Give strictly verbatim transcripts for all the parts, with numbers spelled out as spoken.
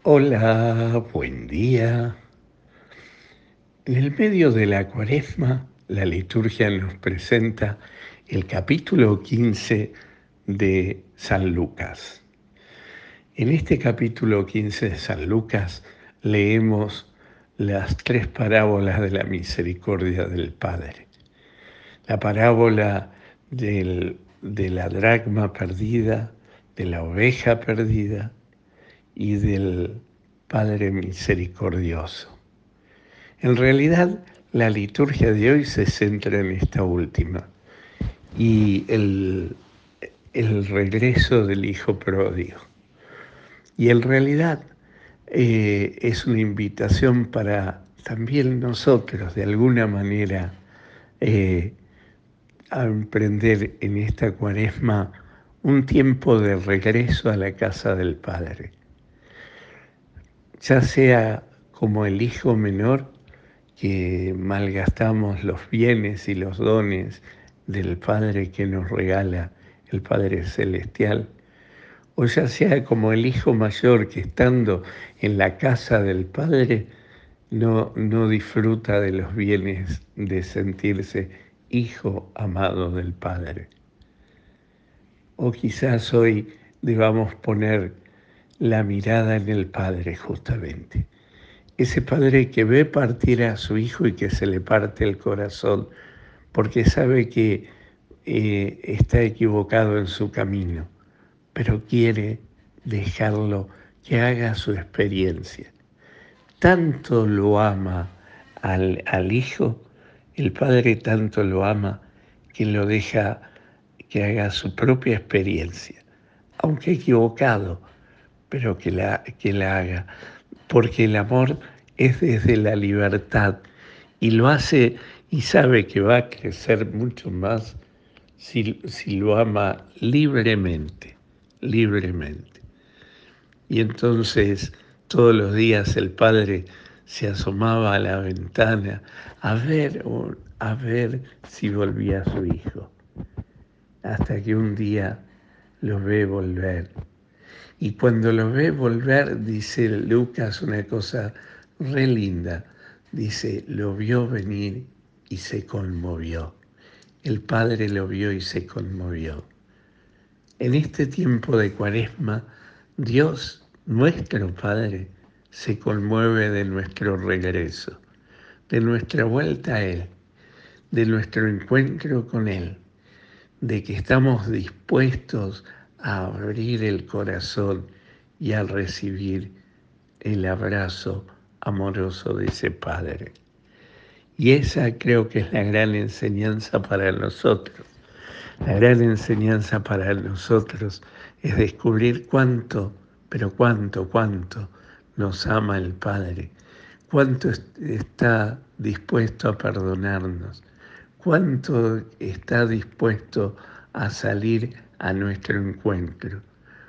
Hola, buen día. En el medio de la Cuaresma, la liturgia nos presenta el capítulo quince de San Lucas. En este capítulo quince de San Lucas leemos las tres parábolas de la misericordia del Padre. La parábola del, de la dracma perdida, de la oveja perdida y del Padre misericordioso. En realidad, la liturgia de hoy se centra en esta última y el, el regreso del Hijo pródigo. Y en realidad eh, es una invitación para también nosotros, de alguna manera, eh, a emprender en esta Cuaresma un tiempo de regreso a la casa del Padre, ya sea como el hijo menor que malgastamos los bienes y los dones del Padre que nos regala el Padre Celestial, o ya sea como el hijo mayor que estando en la casa del Padre no, no disfruta de los bienes de sentirse hijo amado del Padre. O quizás hoy debamos poner la mirada en el Padre justamente. Ese padre que ve partir a su hijo y que se le parte el corazón porque sabe que eh, está equivocado en su camino, pero quiere dejarlo que haga su experiencia. Tanto lo ama al, al hijo, el padre tanto lo ama que lo deja que haga su propia experiencia, aunque equivocado, pero que la, que la haga, porque el amor es desde la libertad y lo hace y sabe que va a crecer mucho más si, si lo ama libremente, libremente. Y entonces todos los días el padre se asomaba a la ventana a ver, a ver si volvía su hijo, hasta que un día lo ve volver. Y cuando lo ve volver, dice Lucas una cosa re linda. Dice, lo vio venir y se conmovió. El Padre lo vio y se conmovió. En este tiempo de Cuaresma, Dios, nuestro Padre, se conmueve de nuestro regreso, de nuestra vuelta a Él, de nuestro encuentro con Él, de que estamos dispuestos a abrir el corazón y a recibir el abrazo amoroso de ese Padre. Y esa creo que es la gran enseñanza para nosotros. La gran enseñanza para nosotros es descubrir cuánto, pero cuánto, cuánto nos ama el Padre, cuánto está dispuesto a perdonarnos, cuánto está dispuesto a salir a nuestro encuentro,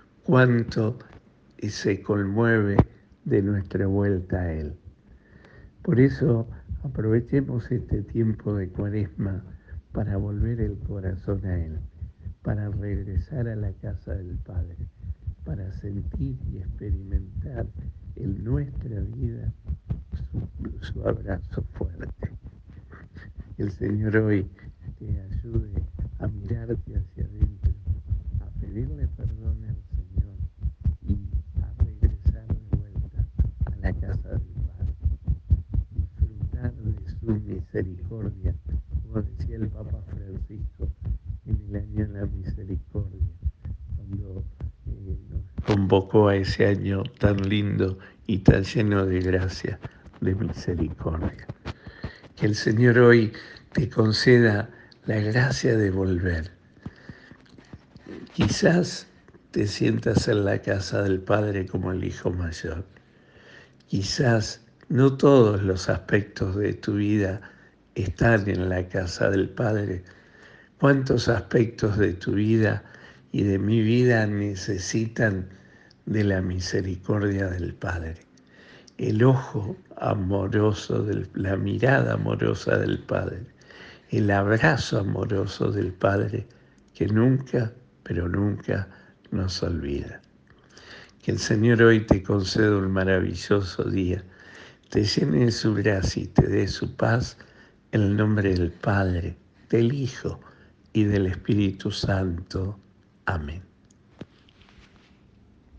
cuánto se conmueve de nuestra vuelta a Él. Por eso aprovechemos este tiempo de Cuaresma para volver el corazón a Él, para regresar a la casa del Padre, para sentir y experimentar en nuestra vida su, su abrazo fuerte. El Señor hoy te ayude a mirarte hacia adentro, a pedirle perdón al Señor y a regresar de vuelta a la casa del Padre. Disfrutar de su misericordia, como decía el Papa Francisco en el año de la misericordia, cuando eh, nos convocó a ese año tan lindo y tan lleno de gracia, de misericordia. Que el Señor hoy te conceda la gracia de volver. Quizás te sientas en la casa del Padre como el hijo mayor. Quizás no todos los aspectos de tu vida están en la casa del Padre. ¿Cuántos aspectos de tu vida y de mi vida necesitan de la misericordia del Padre? El ojo amoroso, del, la mirada amorosa del Padre, el abrazo amoroso del Padre que nunca, pero nunca nos olvida. Que el Señor hoy te conceda un maravilloso día, te llene de su gracia y te dé su paz, en el nombre del Padre, del Hijo y del Espíritu Santo. Amén.